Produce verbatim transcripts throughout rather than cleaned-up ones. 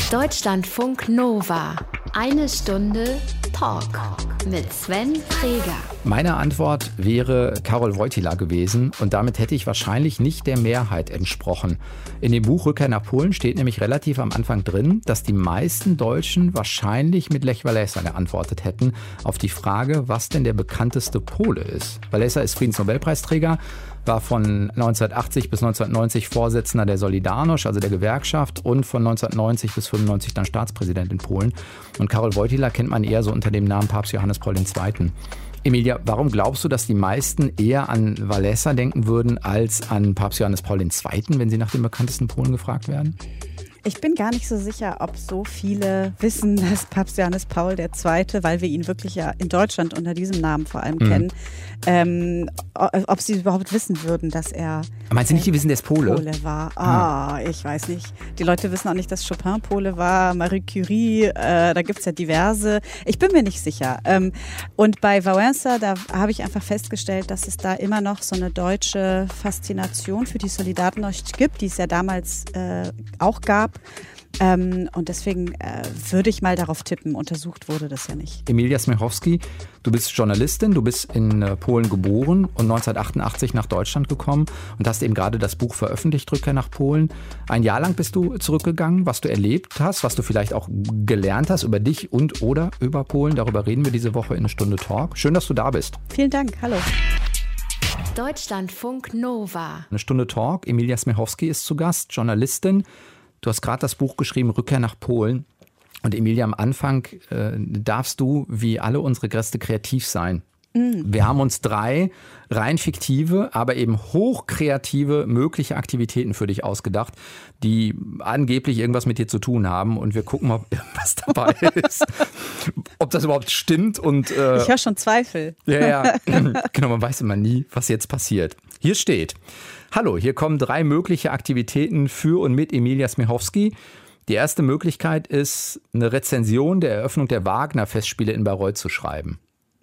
Deutschlandfunk Nova. Eine Stunde Talk mit Sven Freger. Meine Antwort wäre Karol Wojtyła gewesen und damit hätte ich wahrscheinlich nicht der Mehrheit entsprochen. In dem Buch Rückkehr nach Polen steht nämlich relativ am Anfang drin, dass die meisten Deutschen wahrscheinlich mit Lech Wałęsa geantwortet hätten auf die Frage, was denn der bekannteste Pole ist. Wałęsa ist Friedensnobelpreisträger, war von neunzehnhundertachtzig bis neunzehnhundertneunzig Vorsitzender der Solidarność, also der Gewerkschaft, und von neunzehnhundertneunzig bis fünfundneunzig dann Staatspräsident in Polen. Und Karol Wojtyła kennt man eher so unter dem Namen Papst Johannes Paul der Zweite. Emilia, warum glaubst du, dass die meisten eher an Wałęsa denken würden als an Papst Johannes Paul der Zweite, wenn sie nach dem bekanntesten Polen gefragt werden? Ich bin gar nicht so sicher, ob so viele wissen, dass Papst Johannes Paul der Zweite, weil wir ihn wirklich ja in Deutschland unter diesem Namen vor allem mhm. kennen, ähm, ob sie überhaupt wissen würden, dass er Meinst du nicht, die wissen, der ist Pole? Pole war. Ah, oh, ich weiß nicht. Die Leute wissen auch nicht, dass Chopin Pole war, Marie Curie, äh, da gibt es ja diverse. Ich bin mir nicht sicher. Ähm, und bei Wałęsa, da habe ich einfach festgestellt, dass es da immer noch so eine deutsche Faszination für die Solidarność gibt, die es ja damals äh, auch gab. Ähm, und deswegen äh, würde ich mal darauf tippen, untersucht wurde das ja nicht. Emilia Smiechowski, du bist Journalistin, du bist in äh, Polen geboren und neunzehnhundertachtundachtzig nach Deutschland gekommen und hast eben gerade das Buch veröffentlicht, Rückkehr nach Polen. Ein Jahr lang bist du zurückgegangen, was du erlebt hast, was du vielleicht auch gelernt hast über dich und oder über Polen. Darüber reden wir diese Woche in einer Stunde Talk. Schön, dass du da bist. Vielen Dank, hallo. Deutschlandfunk Nova. Eine Stunde Talk, Emilia Smiechowski ist zu Gast, Journalistin. Du hast gerade das Buch geschrieben, Rückkehr nach Polen. Und Emilia, am Anfang äh, darfst du, wie alle unsere Gäste, kreativ sein. Mm. Wir haben uns drei rein fiktive, aber eben hochkreative mögliche Aktivitäten für dich ausgedacht, die angeblich irgendwas mit dir zu tun haben. Und wir gucken, ob irgendwas dabei ist. Ob das überhaupt stimmt. Und, äh, ich höre schon Zweifel. Ja, ja. Genau, man weiß immer nie, was jetzt passiert. Hier steht: Hallo, hier kommen drei mögliche Aktivitäten für und mit Emilia Smiechowski. Die erste Möglichkeit ist, eine Rezension der Eröffnung der Wagner-Festspiele in Bayreuth zu schreiben.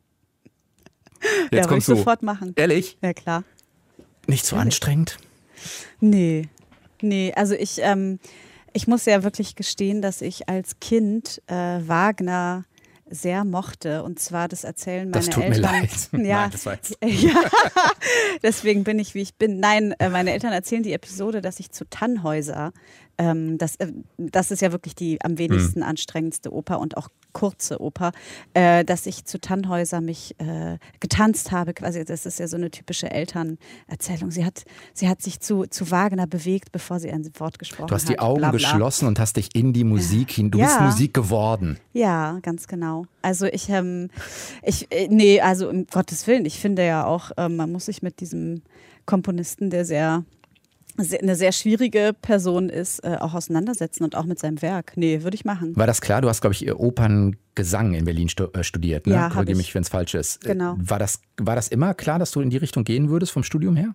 Jetzt ja, kommst du. Sofort machen. Ehrlich? Ja, klar. Nicht so Ehrlich? Anstrengend? Nee, nee, also ich, ähm, ich muss ja wirklich gestehen, dass ich als Kind äh, Wagner sehr mochte, und zwar das Erzählen meiner Eltern. Das tut Eltern. mir leid. Ja, Nein, das war jetzt. Ja, deswegen bin ich, wie ich bin. Nein, meine Eltern erzählen die Episode, dass ich zu Tannhäuser, ähm, das, äh, das ist ja wirklich die am wenigsten hm. anstrengendste Oper und auch kurze Oper, äh, dass ich zu Tannhäuser mich äh, getanzt habe. Quasi, das ist ja so eine typische Elternerzählung. Sie hat, sie hat sich zu, zu Wagner bewegt, bevor sie ein Wort gesprochen hat. Du hast die Augen bla, bla. geschlossen und hast dich in die Musik hin. Du ja. bist Musik geworden. Ja, ganz genau. Also ich, ähm, ich, äh, nee, also um Gottes Willen, ich finde ja auch, ähm, man muss sich mit diesem Komponisten, der sehr eine sehr schwierige Person ist, äh, auch auseinandersetzen und auch mit seinem Werk. Nee, würde ich machen. War das klar? Du hast, glaube ich, Operngesang in Berlin stu- äh, studiert. Ne? Ja, Korrigiere mich, wenn es falsch ist. Genau. War das, war das immer klar, dass du in die Richtung gehen würdest vom Studium her?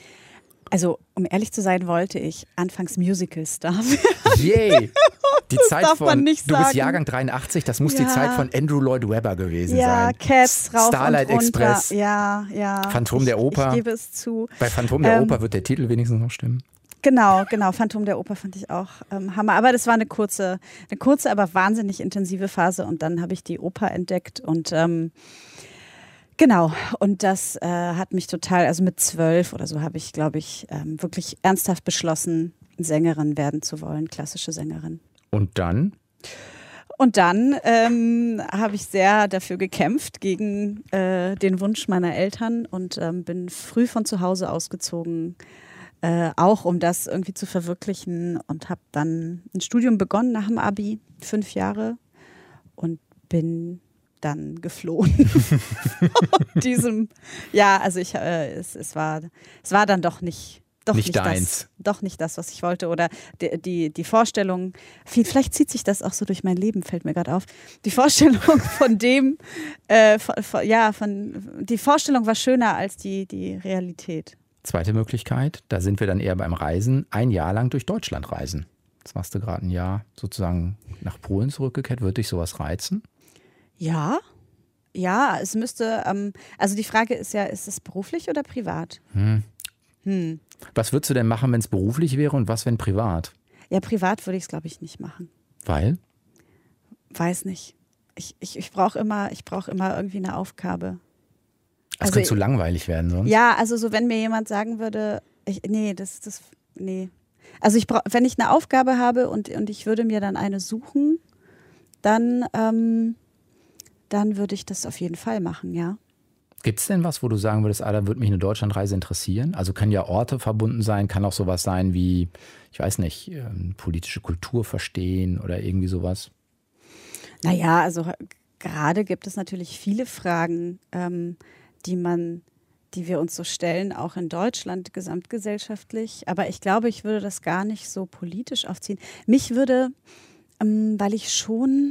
Also, um ehrlich zu sein, wollte ich anfangs Musical-Star werden. Yay! Die das Zeit darf von, man nicht du bist sagen. Jahrgang dreiundachtzig, das muss ja. die Zeit von Andrew Lloyd Webber gewesen ja, sein. Ja, Cats, rauf Starlight und runter. Express. Ja, ja. Phantom ich, der Oper. Ich gebe es zu. Bei Phantom der ähm, Oper wird der Titel wenigstens noch stimmen. Genau, genau. Phantom der Oper fand ich auch ähm, Hammer. Aber das war eine kurze, eine kurze, aber wahnsinnig intensive Phase. Und dann habe ich die Oper entdeckt und ähm, genau. Und das äh, hat mich total, also mit zwölf oder so habe ich, glaube ich, ähm, wirklich ernsthaft beschlossen, Sängerin werden zu wollen, klassische Sängerin. Und dann? Und dann ähm, habe ich sehr dafür gekämpft gegen äh, den Wunsch meiner Eltern und ähm, bin früh von zu Hause ausgezogen. Äh, auch um das irgendwie zu verwirklichen, und habe dann ein Studium begonnen nach dem Abi, fünf Jahre, und bin dann geflohen. diesem, ja, also ich, äh, es, es, war, es war dann doch nicht, doch nicht, nicht deins. Das, doch nicht das, was ich wollte, oder die, die, die Vorstellung, vielleicht zieht sich das auch so durch mein Leben, fällt mir gerade auf, die Vorstellung von dem, äh, von, von, ja, von, die Vorstellung war schöner als die, die Realität. Zweite Möglichkeit, da sind wir dann eher beim Reisen, ein Jahr lang durch Deutschland reisen. Jetzt machst du gerade ein Jahr sozusagen nach Polen zurückgekehrt. Wird dich sowas reizen? Ja, ja, es müsste, ähm, also die Frage ist ja, ist es beruflich oder privat? Hm. Hm. Was würdest du denn machen, wenn es beruflich wäre, und was, wenn privat? Ja, privat würde ich es, glaube ich, nicht machen. Weil? Weiß nicht. Ich, ich, ich brauche immer, ich brauch immer irgendwie eine Aufgabe. Das also, könnte zu langweilig werden sonst. Ja, also so wenn mir jemand sagen würde, ich, nee, das, das, nee. Also ich brauch, wenn ich eine Aufgabe habe und, und ich würde mir dann eine suchen, dann, ähm, dann würde ich das auf jeden Fall machen, ja. Gibt es denn was, wo du sagen würdest, ah, da würde mich eine Deutschlandreise interessieren? Also können ja Orte verbunden sein, kann auch sowas sein wie, ich weiß nicht, ähm, politische Kultur verstehen oder irgendwie sowas? Naja, also gerade gibt es natürlich viele Fragen, ähm, die man, die wir uns so stellen, auch in Deutschland gesamtgesellschaftlich. Aber ich glaube, ich würde das gar nicht so politisch aufziehen. Mich würde, ähm, weil ich schon...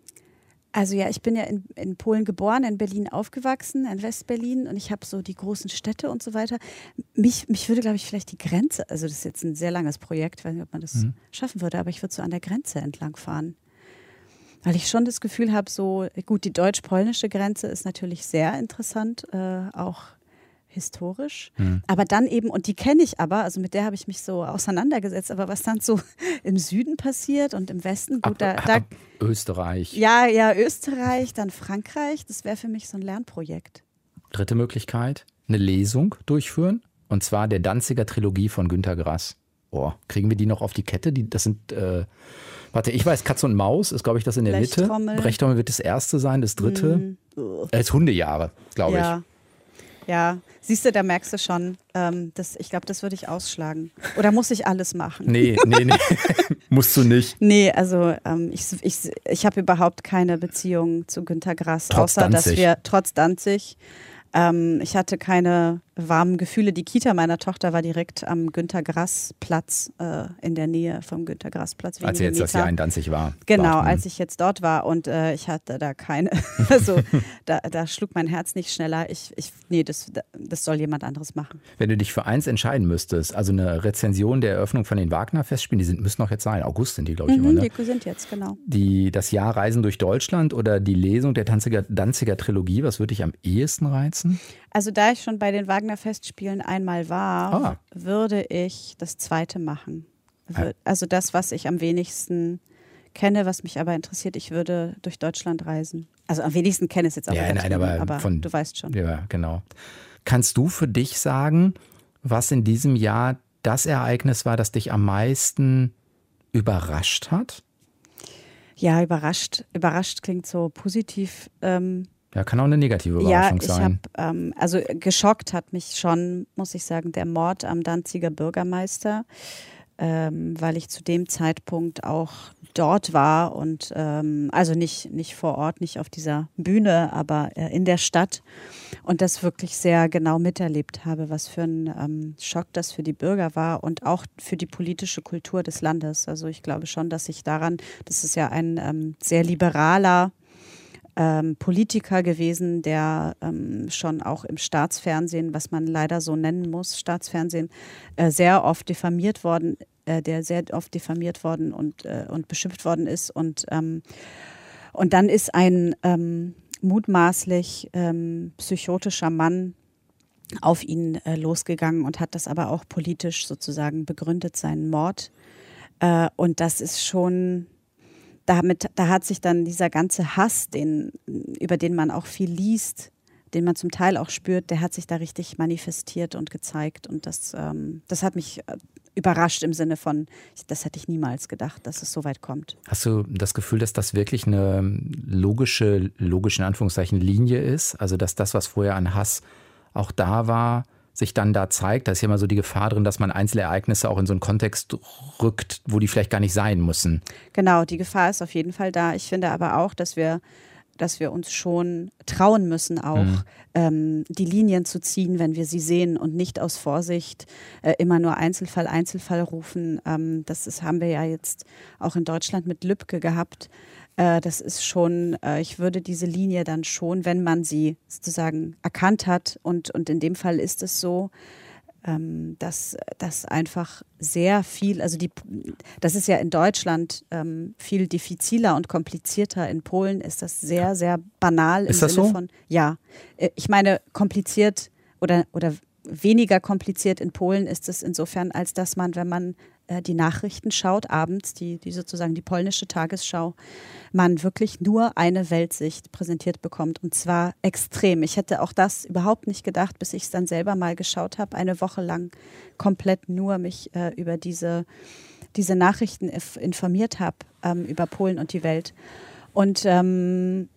Also ja, ich bin ja in, in Polen geboren, in Berlin aufgewachsen, in Westberlin und ich habe so die großen Städte und so weiter. Mich, mich würde, glaube ich, vielleicht die Grenze, also das ist jetzt ein sehr langes Projekt, ich weiß nicht, ob man das mhm. schaffen würde, aber ich würde so an der Grenze entlang fahren. Weil ich schon das Gefühl habe, so gut, die deutsch-polnische Grenze ist natürlich sehr interessant, äh, auch historisch, mhm. aber dann eben, und die kenne ich aber, also mit der habe ich mich so auseinandergesetzt, aber was dann so im Süden passiert und im Westen, gut, ab, da, da ab Österreich. Ja, ja, Österreich, dann Frankreich, das wäre für mich so ein Lernprojekt. Dritte Möglichkeit, eine Lesung durchführen, und zwar der Danziger Trilogie von Günter Grass. Oh, kriegen wir die noch auf die Kette? Die, das sind, äh, warte, ich weiß, Katze und Maus ist, glaube ich, das in der Mitte. Brechtrommel wird das erste sein, das dritte. Mm. Äh, das Hundejahre, glaube ja. ich. Ja, siehst du, da merkst du schon, ähm, das, ich glaube, das würde ich ausschlagen. Oder muss ich alles machen? Nee, nee, nee, musst du nicht. Nee, also ähm, ich, ich, ich habe überhaupt keine Beziehung zu Günter Grass, trotz außer Danzig. dass wir, trotz Danzig, ähm, ich hatte keine warmen Gefühle. Die Kita meiner Tochter war direkt am Günter-Grass-Platz, äh, in der Nähe vom Günter-Grass-Platz. Als sie jetzt das Jahr in Danzig war. Genau, als ich jetzt dort war und äh, ich hatte da keine, also da, da schlug mein Herz nicht schneller. Ich, ich, nee, das, das soll jemand anderes machen. Wenn du dich für eins entscheiden müsstest, also eine Rezension der Eröffnung von den Wagner-Festspielen, die sind, müssen noch jetzt sein, August sind die, glaube ich, mhm, immer, ne? Die sind jetzt, genau. Die, das Jahr Reisen durch Deutschland oder die Lesung der Danziger, Danziger Trilogie, was würde dich am ehesten reizen? Also da ich schon bei den Wagner-Festspielen einmal war, ah. würde ich das zweite machen. Also das, was ich am wenigsten kenne, was mich aber interessiert, ich würde durch Deutschland reisen. Also am wenigsten kenne ich es jetzt auch, ja, nein, aber, aber von, du weißt schon. Ja, genau. Kannst du für dich sagen, was in diesem Jahr das Ereignis war, das dich am meisten überrascht hat? Ja, überrascht. Überrascht klingt so positiv. Ähm, Ja, kann auch eine negative Überraschung ja, ich sein. Hab, ähm, also geschockt hat mich schon, muss ich sagen, der Mord am Danziger Bürgermeister, ähm, weil ich zu dem Zeitpunkt auch dort war und ähm, also nicht, nicht vor Ort, nicht auf dieser Bühne, aber äh, in der Stadt und das wirklich sehr genau miterlebt habe, was für ein ähm, Schock das für die Bürger war und auch für die politische Kultur des Landes. Also ich glaube schon, dass ich daran, das ist ja ein ähm, sehr liberaler Ähm, Politiker gewesen, der ähm, schon auch im Staatsfernsehen, was man leider so nennen muss, Staatsfernsehen, äh, sehr oft diffamiert worden, äh, der sehr oft diffamiert worden und, äh, und beschimpft worden ist. Und, ähm, und dann ist ein ähm, mutmaßlich ähm, psychotischer Mann auf ihn äh, losgegangen und hat das aber auch politisch sozusagen begründet, seinen Mord. Äh, und das ist schon... Damit, da hat sich dann dieser ganze Hass, den, über den man auch viel liest, den man zum Teil auch spürt, der hat sich da richtig manifestiert und gezeigt. Und das, ähm, das hat mich überrascht im Sinne von, das hätte ich niemals gedacht, dass es so weit kommt. Hast du das Gefühl, dass das wirklich eine logische, logische in Anführungszeichen Linie ist? Also dass das, was vorher an Hass auch da war, sich dann da zeigt? Da ist ja immer so die Gefahr drin, dass man Einzelereignisse auch in so einen Kontext rückt, wo die vielleicht gar nicht sein müssen. Genau, die Gefahr ist auf jeden Fall da. Ich finde aber auch, dass wir, dass wir uns schon trauen müssen, auch mhm. ähm, die Linien zu ziehen, wenn wir sie sehen und nicht aus Vorsicht äh, immer nur Einzelfall, Einzelfall rufen. Ähm, das ist, haben wir ja jetzt auch in Deutschland mit Lübcke gehabt. Das ist schon, ich würde diese Linie dann schon, wenn man sie sozusagen erkannt hat und, und in dem Fall ist es so, dass das einfach sehr viel, also die, das ist ja in Deutschland viel diffiziler und komplizierter. In Polen ist das sehr, sehr banal im ist das Sinne so? von, ja, ich meine kompliziert oder, oder weniger kompliziert in Polen ist es insofern, als dass man, wenn man äh, die Nachrichten schaut, abends, die, die sozusagen die polnische Tagesschau, man wirklich nur eine Weltsicht präsentiert bekommt. Und zwar extrem. Ich hätte auch das überhaupt nicht gedacht, bis ich es dann selber mal geschaut habe, eine Woche lang komplett nur mich äh, über diese, diese Nachrichten informiert habe, ähm, über Polen und die Welt. Und ähm,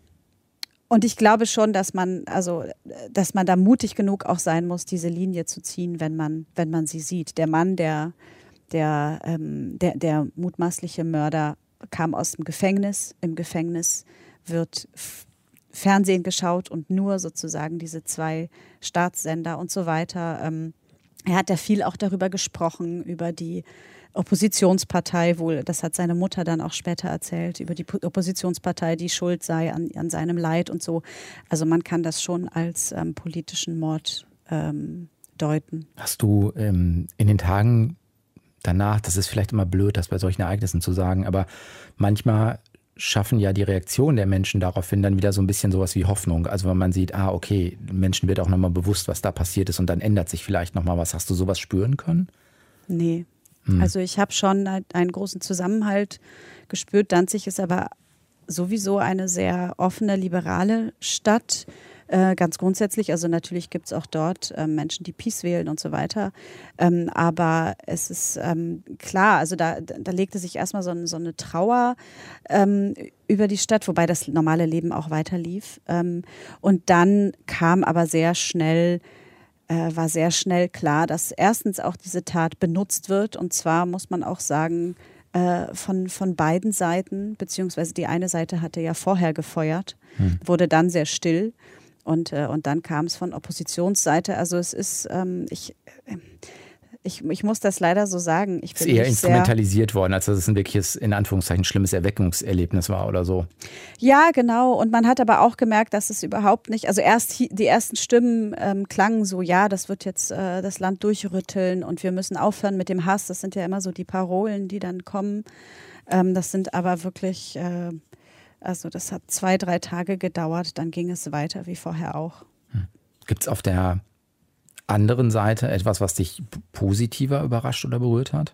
Und ich glaube schon, dass man, also, dass man da mutig genug auch sein muss, diese Linie zu ziehen, wenn man, wenn man sie sieht. Der Mann, der, der, ähm, der, der mutmaßliche Mörder, kam aus dem Gefängnis. Im Gefängnis wird F- Fernsehen geschaut und nur sozusagen diese zwei Staatssender und so weiter. Ähm, er hat ja viel auch darüber gesprochen, über die Oppositionspartei wohl, das hat seine Mutter dann auch später erzählt, über die Oppositionspartei, die schuld sei an, an seinem Leid und so. Also man kann das schon als ähm, politischen Mord ähm, deuten. Hast du ähm, in den Tagen danach, das ist vielleicht immer blöd, das bei solchen Ereignissen zu sagen, aber manchmal schaffen ja die Reaktionen der Menschen daraufhin dann wieder so ein bisschen sowas wie Hoffnung. Also wenn man sieht, ah okay, Menschen wird auch nochmal bewusst, was da passiert ist und dann ändert sich vielleicht nochmal was. Hast du sowas spüren können? Nee. Also ich habe schon einen großen Zusammenhalt gespürt. Danzig ist aber sowieso eine sehr offene, liberale Stadt, äh, ganz grundsätzlich. Also natürlich gibt es auch dort äh, Menschen, die Peace wählen und so weiter. Ähm, aber es ist ähm, klar, also da, da legte sich erstmal so, ein, so eine Trauer ähm, über die Stadt, wobei das normale Leben auch weiter lief. Ähm, und dann kam aber sehr schnell war sehr schnell klar, dass erstens auch diese Tat benutzt wird. Und zwar muss man auch sagen, äh, von, von beiden Seiten, beziehungsweise die eine Seite hatte ja vorher gefeuert, hm. wurde dann sehr still. Und, äh, und dann kam es von Oppositionsseite. Also es ist, ähm, ich, äh, ich, ich muss das leider so sagen. Ich bin ist eher nicht instrumentalisiert worden, als dass es ein wirkliches, in Anführungszeichen, schlimmes Erweckungserlebnis war oder so. Ja, genau. Und man hat aber auch gemerkt, dass es überhaupt nicht, also erst die ersten Stimmen ähm, klangen so, ja, das wird jetzt äh, das Land durchrütteln und wir müssen aufhören mit dem Hass. Das sind ja immer so die Parolen, die dann kommen. Ähm, das sind aber wirklich, äh, also das hat zwei, drei Tage gedauert, dann ging es weiter wie vorher auch. Hm. Gibt es auf der anderen Seite etwas, was dich positiver überrascht oder berührt hat?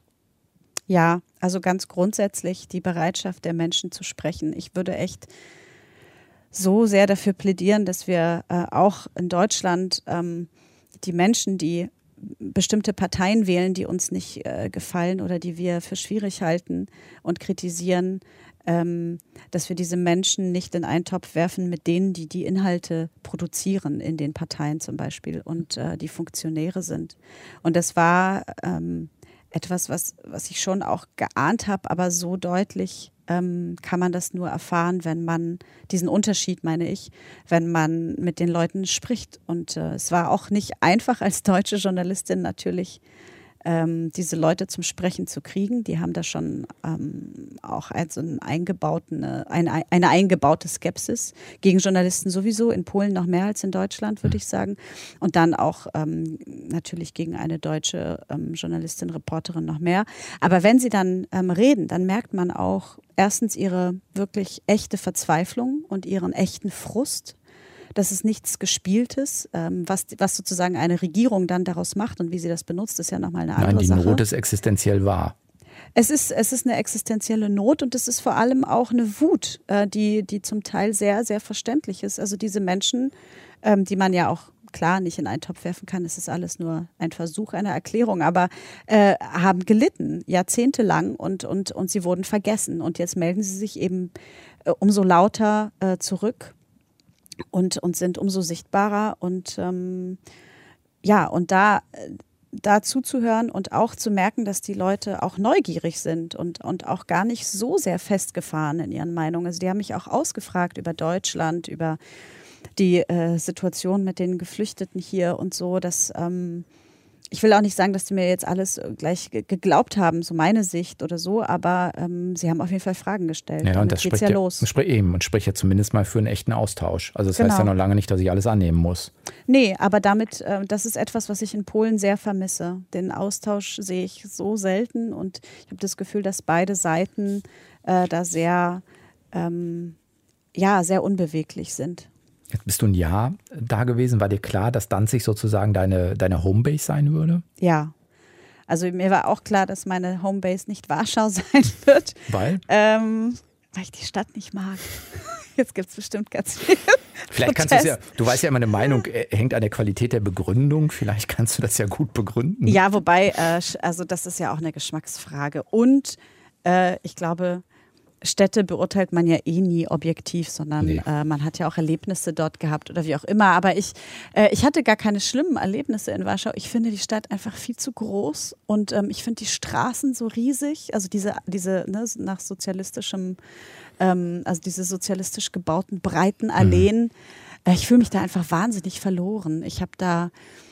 Ja, also ganz grundsätzlich die Bereitschaft der Menschen zu sprechen. Ich würde echt so sehr dafür plädieren, dass wir äh, auch in Deutschland ähm, die Menschen, die bestimmte Parteien wählen, die uns nicht äh, gefallen oder die wir für schwierig halten und kritisieren, ähm, dass wir diese Menschen nicht in einen Topf werfen mit denen, die die Inhalte produzieren, in den Parteien zum Beispiel und äh, die Funktionäre sind. Und das war ähm, etwas, was, was ich schon auch geahnt habe, aber so deutlich ähm, kann man das nur erfahren, wenn man, diesen Unterschied meine ich, wenn man mit den Leuten spricht. Und äh, es war auch nicht einfach als deutsche Journalistin natürlich, ähm, diese Leute zum Sprechen zu kriegen. Die haben da schon ähm, auch also einen eingebauten, eine, eine eingebaute Skepsis gegen Journalisten sowieso, in Polen noch mehr als in Deutschland, würde ich sagen. Und dann auch ähm, natürlich gegen eine deutsche ähm, Journalistin, Reporterin noch mehr. Aber wenn sie dann ähm, reden, dann merkt man auch erstens ihre wirklich echte Verzweiflung und ihren echten Frust. Das ist nichts Gespieltes. Was, was sozusagen eine Regierung dann daraus macht und wie sie das benutzt, ist ja nochmal eine andere Nein, die Sache. Not ist existenziell wahr. Es ist, es ist eine existenzielle Not und es ist vor allem auch eine Wut, die, die zum Teil sehr, sehr verständlich ist. Also diese Menschen, die man ja auch klar nicht in einen Topf werfen kann, es ist alles nur ein Versuch einer Erklärung, aber äh, haben gelitten, jahrzehntelang und, und, und sie wurden vergessen. Und jetzt melden sie sich eben äh, umso lauter äh, zurück. Und, und sind umso sichtbarer und ähm, ja, und da, da zuzuhören und auch zu merken, dass die Leute auch neugierig sind und, und auch gar nicht so sehr festgefahren in ihren Meinungen. Also die haben mich auch ausgefragt über Deutschland, über die äh, Situation mit den Geflüchteten hier und so, dass ähm, ich will auch nicht sagen, dass die mir jetzt alles gleich ge- geglaubt haben, so meine Sicht oder so, aber ähm, sie haben auf jeden Fall Fragen gestellt. Ja, und Damit das geht's spricht ja los. Sprich eben und spricht ja zumindest mal für einen echten Austausch. Also das Genau. heißt ja noch lange nicht, dass ich alles annehmen muss. Nee, aber damit, äh, das ist etwas, was ich in Polen sehr vermisse. Den Austausch sehe ich so selten und ich habe das Gefühl, dass beide Seiten äh, da sehr, ähm, ja, sehr unbeweglich sind. Jetzt bist du ein Jahr da gewesen. War dir klar, dass Danzig sozusagen deine, deine Homebase sein würde? Ja, Also mir war auch klar, dass meine Homebase nicht Warschau sein wird. Weil? Ähm, weil ich die Stadt nicht mag. Jetzt gibt es bestimmt ganz viel. Vielleicht kannst du es ja, du weißt ja, meine Meinung äh, hängt an der Qualität der Begründung. Vielleicht kannst du das ja gut begründen. Ja, wobei, äh, also das ist ja auch eine Geschmacksfrage. Und äh, ich glaube, Städte beurteilt man ja eh nie objektiv, sondern nee. äh, man hat ja auch Erlebnisse dort gehabt oder wie auch immer. Aber ich, äh, ich hatte gar keine schlimmen Erlebnisse in Warschau. Ich finde die Stadt einfach viel zu groß und ähm, ich finde die Straßen so riesig. Also diese, diese ne, nach sozialistischem, ähm, also diese sozialistisch gebauten breiten Alleen. Mhm. Äh, ich fühle mich da einfach wahnsinnig verloren. Ich habe da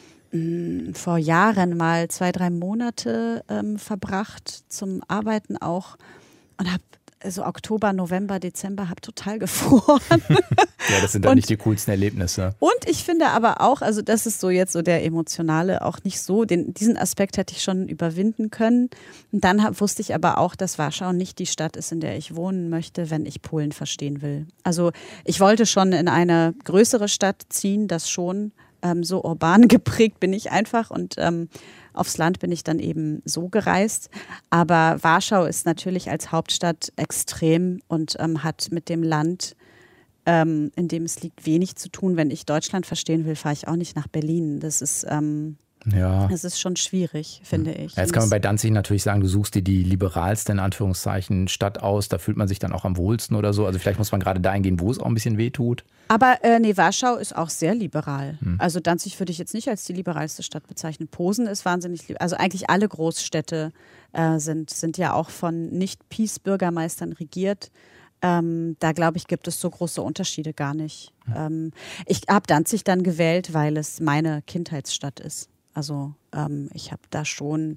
mh, vor Jahren mal zwei, drei Monate ähm, verbracht zum Arbeiten auch und habe also Oktober, November, Dezember, habe total gefroren. Ja, das sind dann und, nicht die coolsten Erlebnisse. Und ich finde aber auch, also das ist so jetzt so der emotionale, auch nicht so, den, diesen Aspekt hätte ich schon überwinden können. Und dann hab, wusste ich aber auch, dass Warschau nicht die Stadt ist, in der ich wohnen möchte, wenn ich Polen verstehen will. Also ich wollte schon in eine größere Stadt ziehen, das schon. Ähm, so urban geprägt bin ich einfach und ähm, aufs Land bin ich dann eben so gereist. Aber Warschau ist natürlich als Hauptstadt extrem und ähm, hat mit dem Land, ähm, in dem es liegt, wenig zu tun. Wenn ich Deutschland verstehen will, fahre ich auch nicht nach Berlin. Das ist, ähm, ja. das ist schon schwierig, finde ja. ich. Jetzt kann man bei Danzig natürlich sagen, du suchst dir die liberalste, in Anführungszeichen, Stadt aus. Da fühlt man sich dann auch am wohlsten oder so. Also vielleicht muss man gerade dahin gehen, wo es auch ein bisschen weh tut. Aber äh, nee, Warschau ist auch sehr liberal. Hm. Also Danzig würde ich jetzt nicht als die liberalste Stadt bezeichnen. Posen ist wahnsinnig liberal. Also eigentlich alle Großstädte äh, sind, sind ja auch von Nicht-Peace-Bürgermeistern regiert. Ähm, da glaube ich, gibt es so große Unterschiede gar nicht. Hm. Ähm, ich habe Danzig dann gewählt, weil es meine Kindheitsstadt ist. Also ähm, ich habe da schon...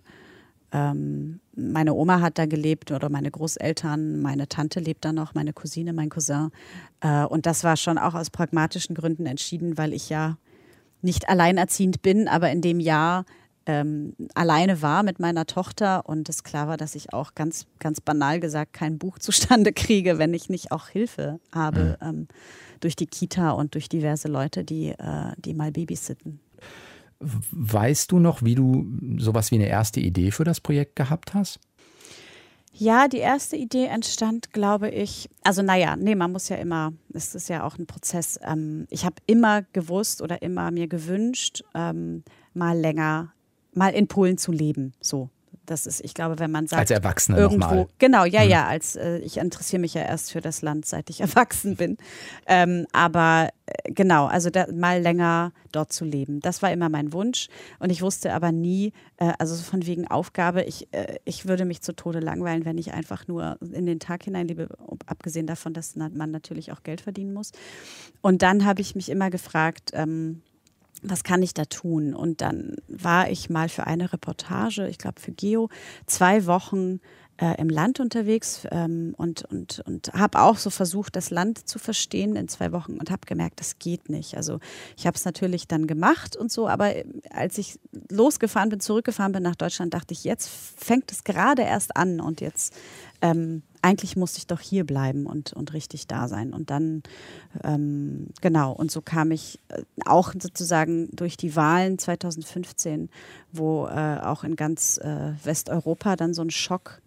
Ähm, meine Oma hat da gelebt oder meine Großeltern, meine Tante lebt da noch, meine Cousine, mein Cousin. Äh, und das war schon auch aus pragmatischen Gründen entschieden, weil ich ja nicht alleinerziehend bin, aber in dem Jahr ähm, alleine war mit meiner Tochter und es klar war, dass ich auch ganz, ganz banal gesagt kein Buch zustande kriege, wenn ich nicht auch Hilfe habe mhm. ähm, durch die Kita und durch diverse Leute, die, äh, die mal babysitten. Weißt du noch, wie du sowas wie eine erste Idee für das Projekt gehabt hast? Ja, die erste Idee entstand, glaube ich, also naja, nee, man muss ja immer, es ist ja auch ein Prozess. Ähm, ich habe immer gewusst oder immer mir gewünscht, ähm, mal länger, mal in Polen zu leben, so. Das ist, ich glaube, wenn man sagt, als Erwachsene irgendwo, nochmal. Genau, ja, hm. ja, als äh, ich interessiere mich ja erst für das Land, seit ich erwachsen bin. Ähm, aber äh, genau, also da, mal länger dort zu leben. Das war immer mein Wunsch. Und ich wusste aber nie, äh, also von wegen Aufgabe, ich, äh, ich würde mich zu Tode langweilen, wenn ich einfach nur in den Tag hinein lebe, abgesehen davon, dass man natürlich auch Geld verdienen muss. Und dann habe ich mich immer gefragt, ähm, was kann ich da tun? Und dann war ich mal für eine Reportage, ich glaube für Geo, zwei Wochen äh, im Land unterwegs ähm, und, und, und habe auch so versucht, das Land zu verstehen in zwei Wochen und habe gemerkt, das geht nicht. Also ich habe es natürlich dann gemacht und so, aber als ich losgefahren bin, zurückgefahren bin nach Deutschland, dachte ich, jetzt fängt es gerade erst an und jetzt ähm, eigentlich musste ich doch hier bleiben und, und richtig da sein. Und dann, ähm, genau, und so kam ich auch sozusagen durch die Wahlen zwanzig fünfzehn, wo äh, auch in ganz äh, Westeuropa dann so ein Schock,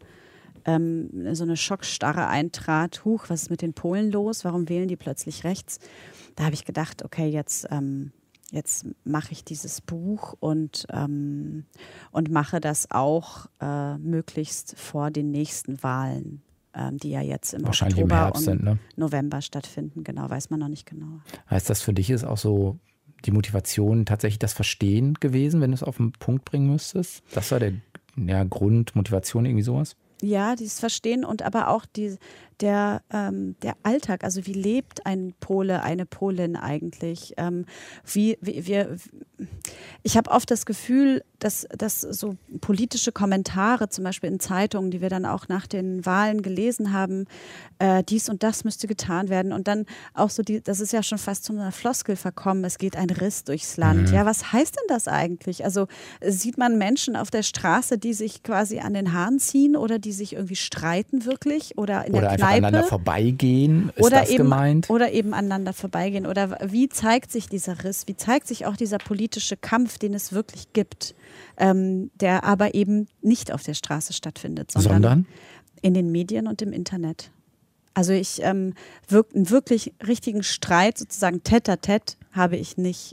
ähm, so eine Schockstarre eintrat. Huch, was ist mit den Polen los? Warum wählen die plötzlich rechts? Da habe ich gedacht, okay, jetzt... Ähm, Jetzt mache ich dieses Buch und, ähm, und mache das auch äh, möglichst vor den nächsten Wahlen, ähm, die ja jetzt im Wahrscheinlich Oktober im Herbst und sind, ne? November stattfinden. Genau, weiß man noch nicht genau. Heißt das für dich ist auch so die Motivation tatsächlich das Verstehen gewesen, wenn du es auf den Punkt bringen müsstest? Das war der ja, Grund, Motivation, irgendwie sowas? Ja, dieses Verstehen und aber auch die, der, ähm, der Alltag. Also wie lebt ein Pole, eine Polin eigentlich? Ähm, wie, wie wir, ich habe oft das Gefühl, dass, dass so politische Kommentare, zum Beispiel in Zeitungen, die wir dann auch nach den Wahlen gelesen haben, äh, dies und das müsste getan werden. Und dann auch so, die, das ist ja schon fast zu einer Floskel verkommen, es geht ein Riss durchs Land. Mhm. Ja, was heißt denn das eigentlich? Also sieht man Menschen auf der Straße, die sich quasi an den Haaren ziehen oder die sich irgendwie streiten wirklich? Oder in oder der einfach Kneipe. Aneinander vorbeigehen, ist oder das eben, gemeint? Oder eben aneinander vorbeigehen. Oder wie zeigt sich dieser Riss? Wie zeigt sich auch dieser politische Kampf, den es wirklich gibt, ähm, der aber eben nicht auf der Straße stattfindet, sondern, Sondern? in den Medien und im Internet. Also ich ähm, wirk- einen wirklich richtigen Streit, sozusagen Tête-à-Tête, habe ich nicht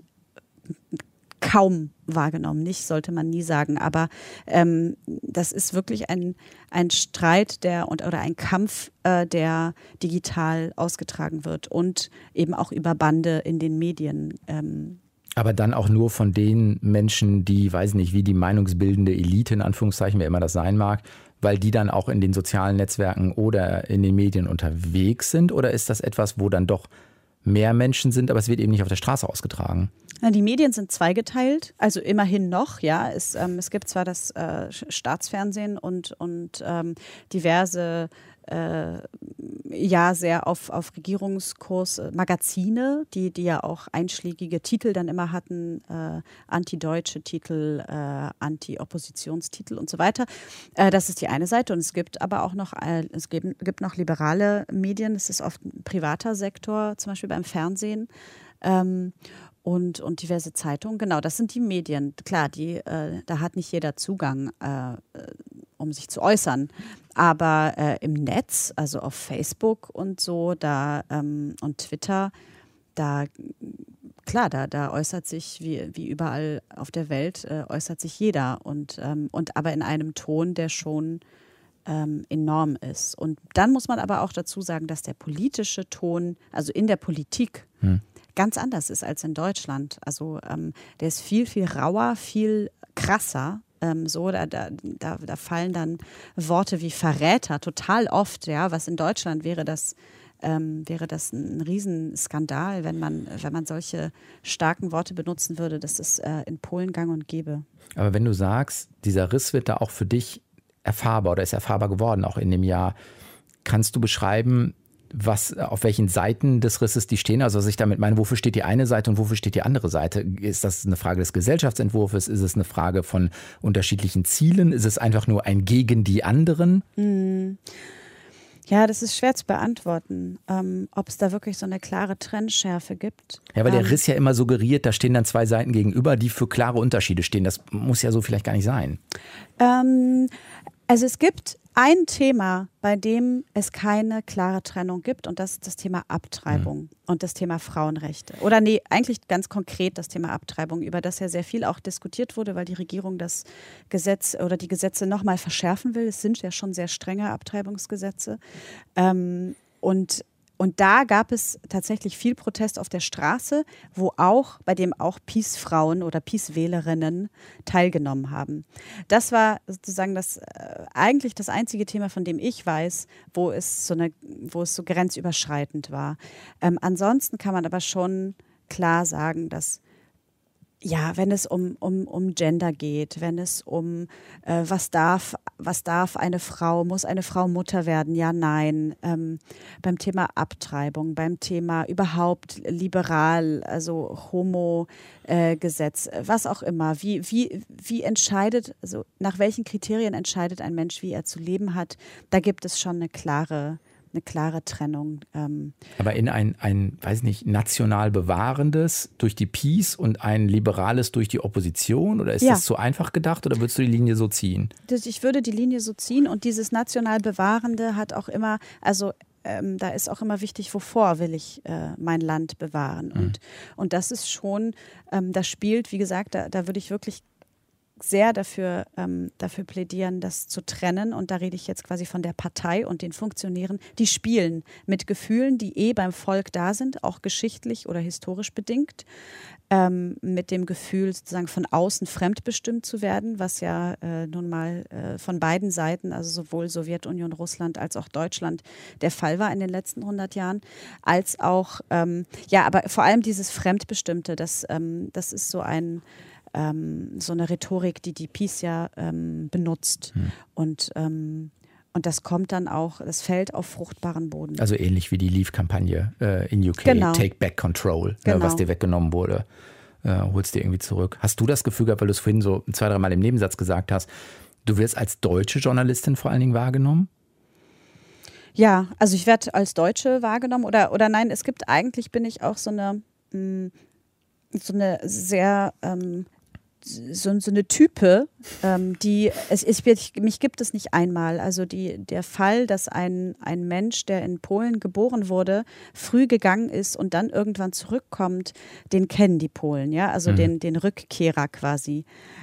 kaum wahrgenommen. Nicht, sollte man nie sagen. Aber ähm, das ist wirklich ein, ein Streit der und oder ein Kampf, äh, der digital ausgetragen wird und eben auch über Bande in den Medien. Ähm, Aber dann auch nur von den Menschen, die, weiß nicht, wie die meinungsbildende Elite, in Anführungszeichen, wer immer das sein mag, weil die dann auch in den sozialen Netzwerken oder in den Medien unterwegs sind? Oder ist das etwas, wo dann doch mehr Menschen sind, aber es wird eben nicht auf der Straße ausgetragen? Die Medien sind zweigeteilt, also immerhin noch, ja. Es, ähm, es gibt zwar das äh, Staatsfernsehen und, und ähm, diverse, äh, ja, sehr auf, auf Regierungskurs äh, Magazine, die, die ja auch einschlägige Titel dann immer hatten, äh, antideutsche Titel, äh, Anti-Oppositionstitel und so weiter. Äh, das ist die eine Seite und es gibt aber auch noch, äh, es gibt, gibt noch liberale Medien, es ist oft ein privater Sektor, zum Beispiel beim Fernsehen. Ähm, Und, und diverse Zeitungen, genau, das sind die Medien. Klar, die, äh, da hat nicht jeder Zugang, äh, um sich zu äußern. Aber äh, im Netz, also auf Facebook und so, da ähm, und Twitter, da klar, da, da äußert sich, wie, wie überall auf der Welt, äh, äußert sich jeder. Und, ähm, und aber in einem Ton, der schon ähm, enorm ist. Und dann muss man aber auch dazu sagen, dass der politische Ton, also in der Politik, hm. ganz anders ist als in Deutschland. Also ähm, der ist viel, viel rauer, viel krasser. Ähm, so, da, da, da, da fallen dann Worte wie Verräter total oft, ja, was in Deutschland wäre das, ähm, wäre das ein Riesenskandal, wenn man, wenn man solche starken Worte benutzen würde. Das ist äh, in Polen gang und gäbe. Aber wenn du sagst, dieser Riss wird da auch für dich erfahrbar oder ist erfahrbar geworden, auch in dem Jahr, kannst du beschreiben, was, auf welchen Seiten des Risses die stehen? Also was ich damit meine, wofür steht die eine Seite und wofür steht die andere Seite? Ist das eine Frage des Gesellschaftsentwurfs? Ist es eine Frage von unterschiedlichen Zielen? Ist es einfach nur ein gegen die anderen? Hm. Ja, das ist schwer zu beantworten, ähm, ob es da wirklich so eine klare Trennschärfe gibt. Ja, weil ähm, der Riss ja immer suggeriert, da stehen dann zwei Seiten gegenüber, die für klare Unterschiede stehen. Das muss ja so vielleicht gar nicht sein. Ähm, also es gibt ein Thema, bei dem es keine klare Trennung gibt, und das ist das Thema Abtreibung mhm. und das Thema Frauenrechte. Oder nee, eigentlich ganz konkret das Thema Abtreibung, über das ja sehr viel auch diskutiert wurde, weil die Regierung das Gesetz oder die Gesetze nochmal verschärfen will. Es sind ja schon sehr strenge Abtreibungsgesetze. Ähm, und Und da gab es tatsächlich viel Protest auf der Straße, wo auch, bei dem auch Peace-Frauen oder Peace-Wählerinnen teilgenommen haben. Das war sozusagen das, äh, eigentlich das einzige Thema, von dem ich weiß, wo es so, eine, wo es so grenzüberschreitend war. Ähm, ansonsten kann man aber schon klar sagen, dass ja, wenn es um, um, um Gender geht, wenn es um äh, was darf, was darf eine Frau, muss eine Frau Mutter werden, ja, nein, ähm, beim Thema Abtreibung, beim Thema überhaupt liberal, also Homo-Gesetz, äh, was auch immer, wie, wie, wie entscheidet, also nach welchen Kriterien entscheidet ein Mensch, wie er zu leben hat, da gibt es schon eine klare eine klare Trennung. Ähm. Aber in ein, ein, weiß nicht, national bewahrendes durch die Peace und ein liberales durch die Opposition? Oder ist ja. das zu einfach gedacht oder würdest du die Linie so ziehen? Ich würde die Linie so ziehen und dieses national Bewahrende hat auch immer, also ähm, da ist auch immer wichtig, wovor will ich äh, mein Land bewahren. Mhm. Und, und das ist schon, ähm, das spielt, wie gesagt, da, da würde ich wirklich sehr dafür, ähm, dafür plädieren, das zu trennen. Und da rede ich jetzt quasi von der Partei und den Funktionären, die spielen mit Gefühlen, die eh beim Volk da sind, auch geschichtlich oder historisch bedingt, ähm, mit dem Gefühl sozusagen von außen fremdbestimmt zu werden, was ja äh, nun mal äh, von beiden Seiten, also sowohl Sowjetunion, Russland als auch Deutschland der Fall war in den letzten hundert Jahren, als auch, ähm, ja, aber vor allem dieses Fremdbestimmte, das, ähm, das ist so ein Ähm, so eine Rhetorik, die die Peace ja ähm, benutzt. Hm. Und, ähm, und das kommt dann auch, das fällt auf fruchtbaren Boden. Also ähnlich wie die Leave-Kampagne äh, in U K, genau. Take Back Control, genau. äh, was dir weggenommen wurde, äh, holst dir irgendwie zurück. Hast du das Gefühl gehabt, weil du es vorhin so zwei, drei Mal im Nebensatz gesagt hast, du wirst als deutsche Journalistin vor allen Dingen wahrgenommen? Ja, also ich werde als Deutsche wahrgenommen oder, oder nein, es gibt eigentlich, bin ich auch so eine, mh, so eine sehr, ähm, so, so eine Type, ähm, die, es ist, mich gibt es nicht einmal. Also die, der Fall, dass ein, ein Mensch, der in Polen geboren wurde, früh gegangen ist und dann irgendwann zurückkommt, den kennen die Polen, ja, also mhm. den, den Rückkehrer quasi.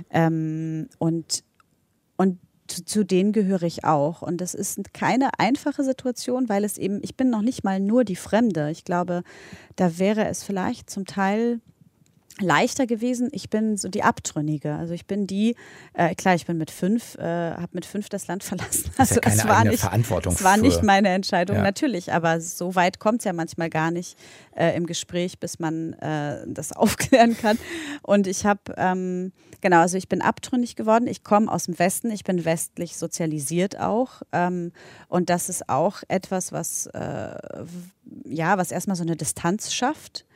Ähm, und, und zu, zu denen gehöre ich auch. Und das ist keine einfache Situation, weil es eben, ich bin noch nicht mal nur die Fremde. Ich glaube, da wäre es vielleicht zum Teil leichter gewesen. Ich bin so die Abtrünnige. Also ich bin die, äh, klar, ich bin mit fünf, äh, habe mit fünf das Land verlassen. Das ist Also ja keine es war eigene nicht, Verantwortung. Es war für, nicht meine Entscheidung, ja. natürlich, aber so weit kommt es ja manchmal gar nicht äh, im Gespräch, bis man äh, das aufklären kann. Und ich habe, ähm, genau, also ich bin abtrünnig geworden. Ich komme aus dem Westen, ich bin westlich sozialisiert auch. Ähm, und das ist auch etwas, was, äh, ja, was erstmal so eine Distanz schafft.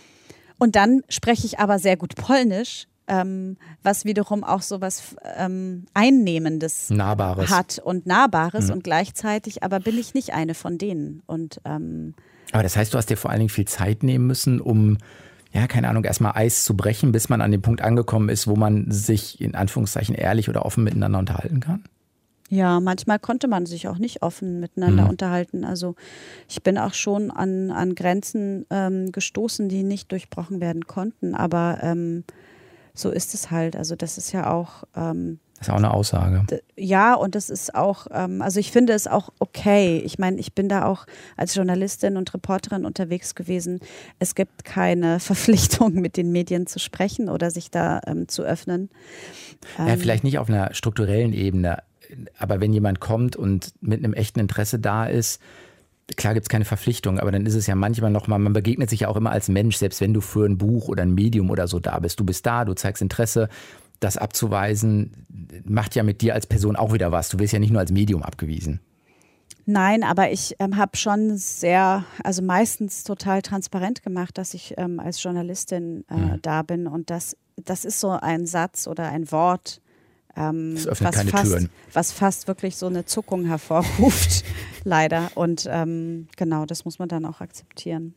Und dann spreche ich aber sehr gut Polnisch, ähm, was wiederum auch so was ähm, Einnehmendes Nahbares. hat und Nahbares. Mhm. Und gleichzeitig aber bin ich nicht eine von denen. Und, ähm, aber das heißt, du hast dir vor allen Dingen viel Zeit nehmen müssen, um, ja, keine Ahnung, erstmal Eis zu brechen, bis man an den Punkt angekommen ist, wo man sich in Anführungszeichen ehrlich oder offen miteinander unterhalten kann? Ja, manchmal konnte man sich auch nicht offen miteinander Mhm. unterhalten. Also ich bin auch schon an, an Grenzen ähm, gestoßen, die nicht durchbrochen werden konnten. Aber ähm, so ist es halt. Also das ist ja auch... Ähm, das ist auch eine Aussage. D- ja, und das ist auch, ähm, also ich finde es auch okay. Ich meine, ich bin da auch als Journalistin und Reporterin unterwegs gewesen. Es gibt keine Verpflichtung, mit den Medien zu sprechen oder sich da ähm, zu öffnen. Ähm, Ja, vielleicht nicht auf einer strukturellen Ebene. Aber wenn jemand kommt und mit einem echten Interesse da ist, klar gibt es keine Verpflichtung, aber dann ist es ja manchmal nochmal, man begegnet sich ja auch immer als Mensch, selbst wenn du für ein Buch oder ein Medium oder so da bist. Du bist da, du zeigst Interesse. Das abzuweisen, macht ja mit dir als Person auch wieder was. Du wirst ja nicht nur als Medium abgewiesen. Nein, aber ich ähm, habe schon sehr, also meistens total transparent gemacht, dass ich ähm, als Journalistin äh, mhm. da bin. Und das, das ist so ein Satz oder ein Wort, Ähm, das öffnet was keine fast, Türen. Was fast wirklich so eine Zuckung hervorruft, leider. Und ähm, genau, das muss man dann auch akzeptieren.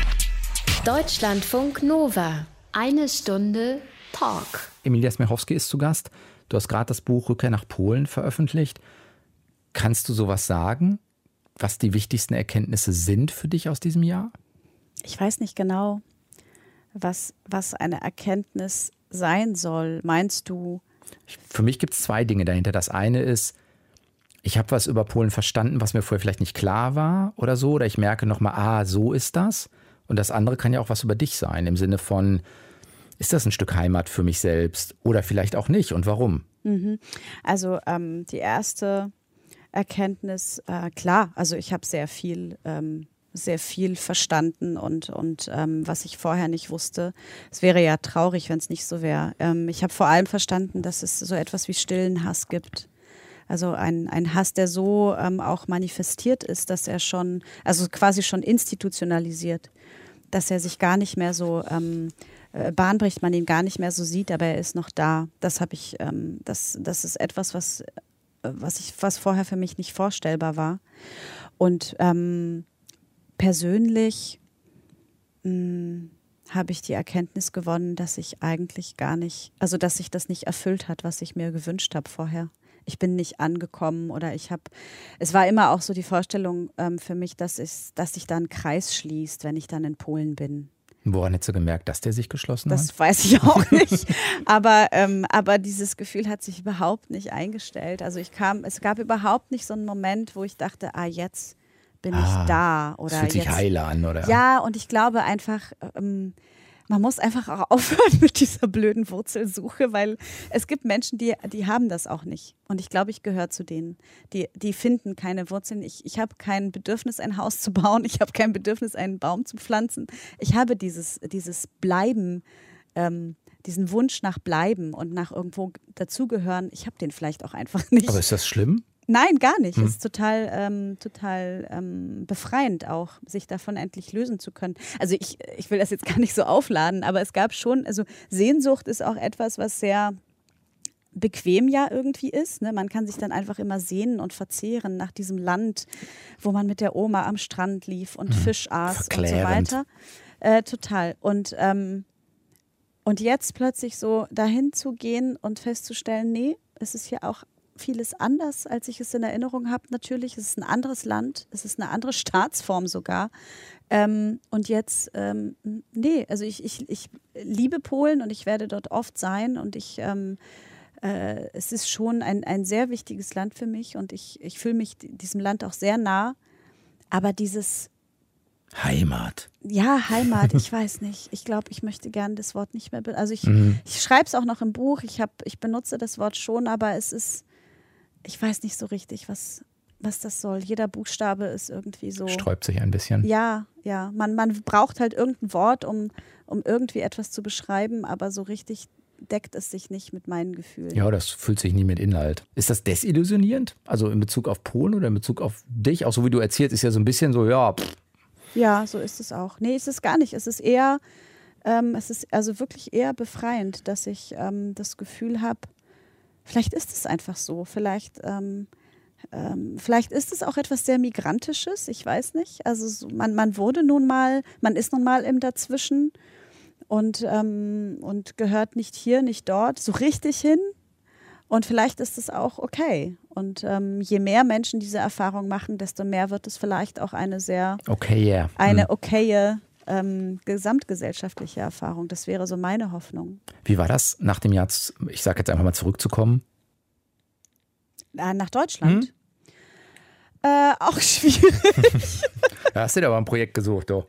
Deutschlandfunk Nova. Eine Stunde Talk. Emilia Smirchowski ist zu Gast. Du hast gerade das Buch Rückkehr nach Polen veröffentlicht. Kannst du sowas sagen, was die wichtigsten Erkenntnisse sind für dich aus diesem Jahr? Ich weiß nicht genau, was, was eine Erkenntnis sein soll. Meinst du? Für mich gibt es zwei Dinge dahinter. Das eine ist, ich habe was über Polen verstanden, was mir vorher vielleicht nicht klar war oder so. Oder ich merke nochmal, ah, so ist das. Und das andere kann ja auch was über dich sein, im Sinne von, ist das ein Stück Heimat für mich selbst oder vielleicht auch nicht und warum? Mhm. Also ähm, die erste Erkenntnis, äh, klar, also ich habe sehr viel ähm, sehr viel verstanden und, und ähm, was ich vorher nicht wusste. Es wäre ja traurig, wenn es nicht so wäre. Ähm, ich habe vor allem verstanden, dass es so etwas wie stillen Hass gibt. Also ein, ein Hass, der so ähm, auch manifestiert ist, dass er schon, also quasi schon institutionalisiert, dass er sich gar nicht mehr so ähm, äh, Bahn bricht, man ihn gar nicht mehr so sieht, aber er ist noch da. Das habe ich, ähm, das, das ist etwas, was, äh, was ich, was vorher für mich nicht vorstellbar war. Und ähm, persönlich mh, habe ich die Erkenntnis gewonnen, dass ich eigentlich gar nicht, also dass sich das nicht erfüllt hat, was ich mir gewünscht habe vorher. Ich bin nicht angekommen oder ich habe, es war immer auch so die Vorstellung ähm, für mich, dass, ich, dass sich da ein Kreis schließt, wenn ich dann in Polen bin. Woran hättest du gemerkt, dass der sich geschlossen das hat? Das weiß ich auch nicht. aber, ähm, aber dieses Gefühl hat sich überhaupt nicht eingestellt. Also ich kam, es gab überhaupt nicht so einen Moment, wo ich dachte, ah, jetzt bin ah, ich da. Oder das fühlt sich jetzt, heile an, oder? Ja, und ich glaube einfach, ähm, man muss einfach auch aufhören mit dieser blöden Wurzelsuche, weil es gibt Menschen, die, die haben das auch nicht. Und ich glaube, ich gehöre zu denen. Die, die finden keine Wurzeln. Ich, ich habe kein Bedürfnis, ein Haus zu bauen. Ich habe kein Bedürfnis, einen Baum zu pflanzen. Ich habe dieses, dieses Bleiben, ähm, diesen Wunsch nach Bleiben und nach irgendwo dazugehören. Ich habe den vielleicht auch einfach nicht. Aber ist das schlimm? Nein, gar nicht. Hm. Es ist total, ähm, total ähm, befreiend auch, sich davon endlich lösen zu können. Also ich, ich will das jetzt gar nicht so aufladen, aber es gab schon, also Sehnsucht ist auch etwas, was sehr, bequem ja irgendwie ist. Ne? Man kann sich dann einfach immer sehnen und verzehren nach diesem Land, wo man mit der Oma am Strand lief und mhm. Fisch aß Verklärend. und so weiter. Äh, total. Und, ähm, und jetzt plötzlich so dahin zu gehen und festzustellen, nee, es ist hier auch vieles anders, als ich es in Erinnerung habe. Natürlich, es ist ein anderes Land, es ist eine andere Staatsform sogar. Ähm, und jetzt, ähm, nee, also ich, ich, ich liebe Polen und ich werde dort oft sein und ich, ähm, äh, es ist schon ein, ein sehr wichtiges Land für mich und ich, ich fühle mich diesem Land auch sehr nah. Aber dieses Heimat. Ja, Heimat, ich weiß nicht. Ich glaube, ich möchte gerne das Wort nicht mehr. Be- also ich, Mhm. ich schreibe es auch noch im Buch. Ich, hab, ich benutze das Wort schon, aber es ist, ich weiß nicht so richtig, was, was das soll. Jeder Buchstabe ist irgendwie so. Sträubt sich ein bisschen. Ja, ja. Man, man braucht halt irgendein Wort, um, um irgendwie etwas zu beschreiben, aber so richtig deckt es sich nicht mit meinen Gefühlen. Ja, das fühlt sich nie mit Inhalt. Ist das desillusionierend? Also in Bezug auf Polen oder in Bezug auf dich? Auch so wie du erzählst, ist ja so ein bisschen so, ja, pff. Ja, so ist es auch. Nee, ist es gar nicht. Es ist eher, ähm, es ist also wirklich eher befreiend, dass ich ähm, das Gefühl habe, vielleicht ist es einfach so. Vielleicht, ähm, ähm, vielleicht ist es auch etwas sehr Migrantisches, ich weiß nicht. Also so, man, man wurde nun mal, man ist nun mal im Dazwischen und, ähm, und gehört nicht hier, nicht dort, so richtig hin. Und vielleicht ist es auch okay. Und ähm, je mehr Menschen diese Erfahrung machen, desto mehr wird es vielleicht auch eine sehr okay, yeah. eine hm. okaye ähm, gesamtgesellschaftliche Erfahrung. Das wäre so meine Hoffnung. Wie war das, nach dem Jahr, ich sage jetzt einfach mal, zurückzukommen? Äh, nach Deutschland? Hm? Äh, auch schwierig. Da hast du dir aber ein Projekt gesucht, doch.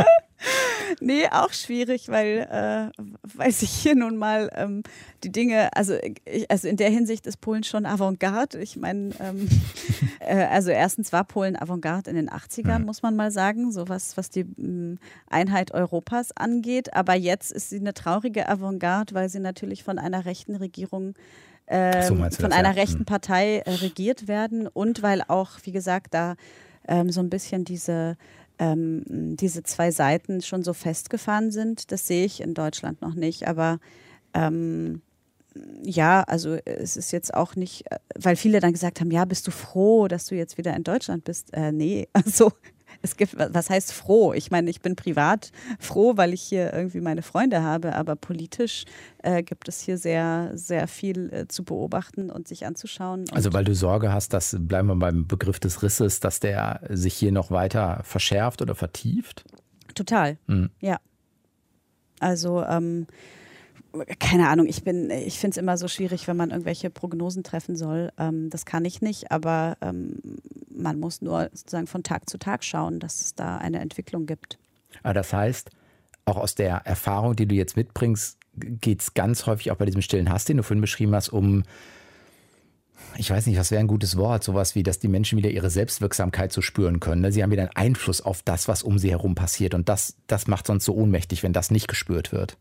Nee, auch schwierig, weil, äh, weil sich hier nun mal ähm, die Dinge, also, ich, also in der Hinsicht ist Polen schon Avantgarde. Ich meine, ähm, äh, also erstens war Polen Avantgarde in den achtzigern, mhm. muss man mal sagen, so was, was die ähm, Einheit Europas angeht. Aber jetzt ist sie eine traurige Avantgarde, weil sie natürlich von einer rechten Regierung ähm, so, von das, einer ja? rechten Partei äh, regiert werden und weil auch, wie gesagt, da ähm, so ein bisschen diese Ähm, diese zwei Seiten schon so festgefahren sind. Das sehe ich in Deutschland noch nicht. Aber ähm, ja, also es ist jetzt auch nicht, weil viele dann gesagt haben, ja, bist du froh, dass du jetzt wieder in Deutschland bist? Äh, nee, also es gibt, was heißt froh? Ich meine, ich bin privat froh, weil ich hier irgendwie meine Freunde habe, aber politisch äh, gibt es hier sehr, sehr viel äh, zu beobachten und sich anzuschauen. Und also weil du Sorge hast, dass, bleiben wir beim Begriff des Risses, dass der sich hier noch weiter verschärft oder vertieft? Total, mhm. ja. Also ähm, keine Ahnung, ich bin, ich finde es immer so schwierig, wenn man irgendwelche Prognosen treffen soll. Ähm, das kann ich nicht, aber ähm, man muss nur sozusagen von Tag zu Tag schauen, dass es da eine Entwicklung gibt. Aber das heißt, auch aus der Erfahrung, die du jetzt mitbringst, geht es ganz häufig auch bei diesem stillen Hass, den du vorhin beschrieben hast, um, ich weiß nicht, was wäre ein gutes Wort, sowas wie, dass die Menschen wieder ihre Selbstwirksamkeit so spüren können. Sie haben wieder einen Einfluss auf das, was um sie herum passiert und das, das macht sonst so ohnmächtig, wenn das nicht gespürt wird.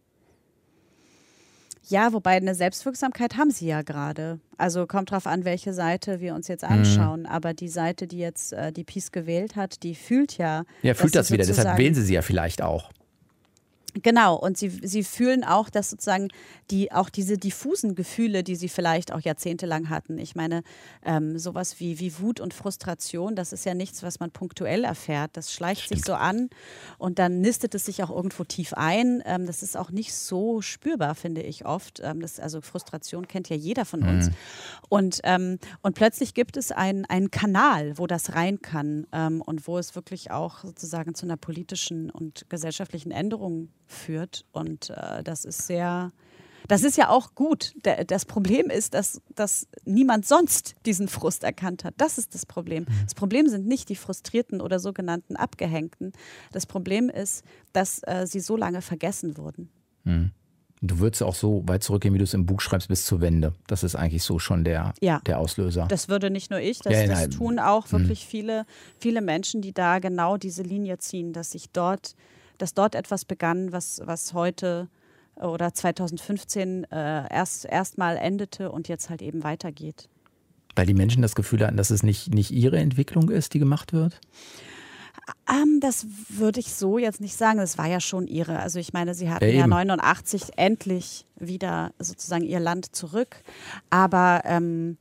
Ja, wobei eine Selbstwirksamkeit haben sie ja gerade. Also kommt drauf an, welche Seite wir uns jetzt anschauen. Mhm. Aber die Seite, die jetzt äh, die PiS gewählt hat, die fühlt ja. Ja, fühlt das wieder. Deshalb wählen sie sie ja vielleicht auch. Genau, und sie, sie fühlen auch, dass sozusagen die, auch diese diffusen Gefühle, die sie vielleicht auch jahrzehntelang hatten. Ich meine, ähm, sowas wie, wie Wut und Frustration, das ist ja nichts, was man punktuell erfährt. Das schleicht Stimmt. sich so an und dann nistet es sich auch irgendwo tief ein. Ähm, das ist auch nicht so spürbar, finde ich oft. Ähm, das, also Frustration kennt ja jeder von uns. Mhm. Und, ähm, und plötzlich gibt es einen, einen Kanal, wo das rein kann ähm, und wo es wirklich auch sozusagen zu einer politischen und gesellschaftlichen Änderung führt und äh, das ist sehr, das ist ja auch gut. Der, das Problem ist, dass, dass niemand sonst diesen Frust erkannt hat. Das ist das Problem. Das Problem sind nicht die Frustrierten oder sogenannten Abgehängten. Das Problem ist, dass äh, sie so lange vergessen wurden. Hm. Du würdest auch so weit zurückgehen, wie du es im Buch schreibst, bis zur Wende. Das ist eigentlich so schon der, ja. der Auslöser. Das würde nicht nur ich, das, ja, das tun auch wirklich hm. viele, viele Menschen, die da genau diese Linie ziehen, dass sich dort dass dort etwas begann, was, was heute oder zweitausendfünfzehn äh, erst erstmal endete und jetzt halt eben weitergeht. Weil die Menschen das Gefühl hatten, dass es nicht, nicht ihre Entwicklung ist, die gemacht wird? Um, das würde ich so jetzt nicht sagen. Das war ja schon ihre. Also ich meine, sie hatten ja, ja neunundachtzig endlich wieder sozusagen ihr Land zurück. Aber, ähm,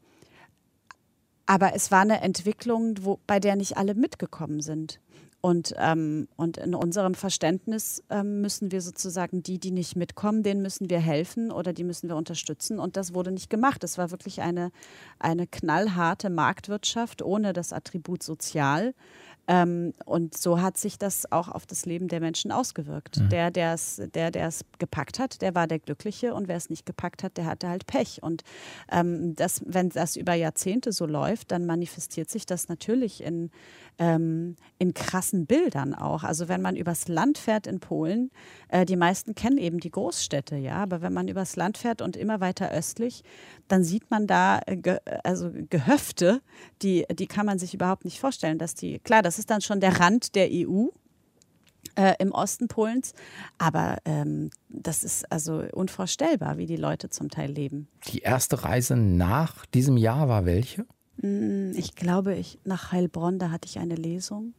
aber es war eine Entwicklung, wo, bei der nicht alle mitgekommen sind. Und, ähm, und in unserem Verständnis ähm, müssen wir sozusagen die, die nicht mitkommen, denen müssen wir helfen oder die müssen wir unterstützen. Und das wurde nicht gemacht. Es war wirklich eine, eine knallharte Marktwirtschaft ohne das Attribut sozial. Ähm, und so hat sich das auch auf das Leben der Menschen ausgewirkt. Mhm. Der, der es der, der es gepackt hat, der war der Glückliche, und wer es nicht gepackt hat, der hatte halt Pech. Und ähm, das, wenn das über Jahrzehnte so läuft, dann manifestiert sich das natürlich in, ähm, in krassen Bildern auch. Also wenn man übers Land fährt in Polen, äh, die meisten kennen eben die Großstädte, ja, aber wenn man übers Land fährt und immer weiter östlich, dann sieht man da äh, ge, also Gehöfte, die, die kann man sich überhaupt nicht vorstellen, dass die, klar, das ist dann schon der Rand der E U äh, im Osten Polens, aber ähm, das ist also unvorstellbar, wie die Leute zum Teil leben. Die erste Reise nach diesem Jahr war welche? Ich glaube, ich nach Heilbronn, da hatte ich eine Lesung.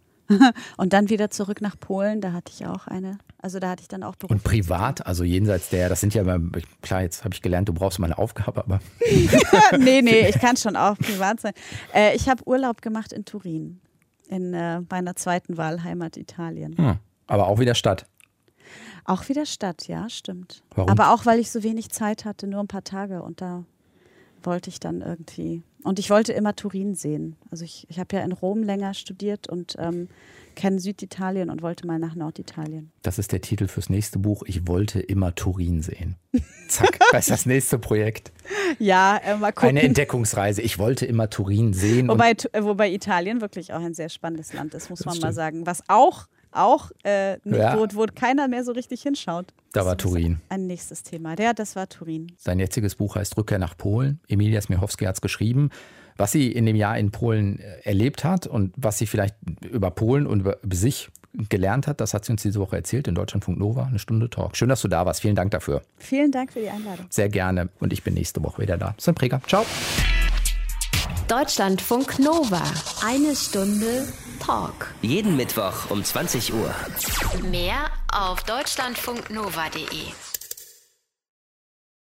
Und dann wieder zurück nach Polen, da hatte ich auch eine. Also da hatte ich dann auch Beruf. Und privat, also jenseits der, das sind ja immer, klar, jetzt habe ich gelernt, du brauchst mal eine Aufgabe, aber. nee, nee, ich kann schon auch privat sein. Äh, ich habe Urlaub gemacht in Turin, in äh, meiner zweiten Wahlheimat Italien. Hm, aber auch wieder Stadt. Auch wieder Stadt, ja, stimmt. Warum? Aber auch, weil ich so wenig Zeit hatte, nur ein paar Tage, und da wollte ich dann irgendwie. Und ich wollte immer Turin sehen. Also ich, ich habe ja in Rom länger studiert und ähm, kenne Süditalien und wollte mal nach Norditalien. Das ist der Titel fürs nächste Buch. Ich wollte immer Turin sehen. Zack, das ist das nächste Projekt. Ja, äh, mal gucken. Eine Entdeckungsreise. Ich wollte immer Turin sehen. Wobei, wobei Italien wirklich auch ein sehr spannendes Land ist, muss Das man stimmt. mal sagen. Was auch, auch äh, Ja. wo, wo keiner mehr so richtig hinschaut. Da war Das ist Turin. Ein nächstes Thema. Ja, das war Turin. Sein jetziges Buch heißt Rückkehr nach Polen. Emilia Smirchowski hat es geschrieben. Was sie in dem Jahr in Polen erlebt hat und was sie vielleicht über Polen und über sich gelernt hat, das hat sie uns diese Woche erzählt in Deutschlandfunk Nova. Eine Stunde Talk. Schön, dass du da warst. Vielen Dank dafür. Vielen Dank für die Einladung. Sehr gerne. Und ich bin nächste Woche wieder da. Sven Preger. Ciao. Deutschlandfunk Nova. Eine Stunde Talk. Jeden Mittwoch um zwanzig Uhr. Mehr auf deutschlandfunknova punkt de.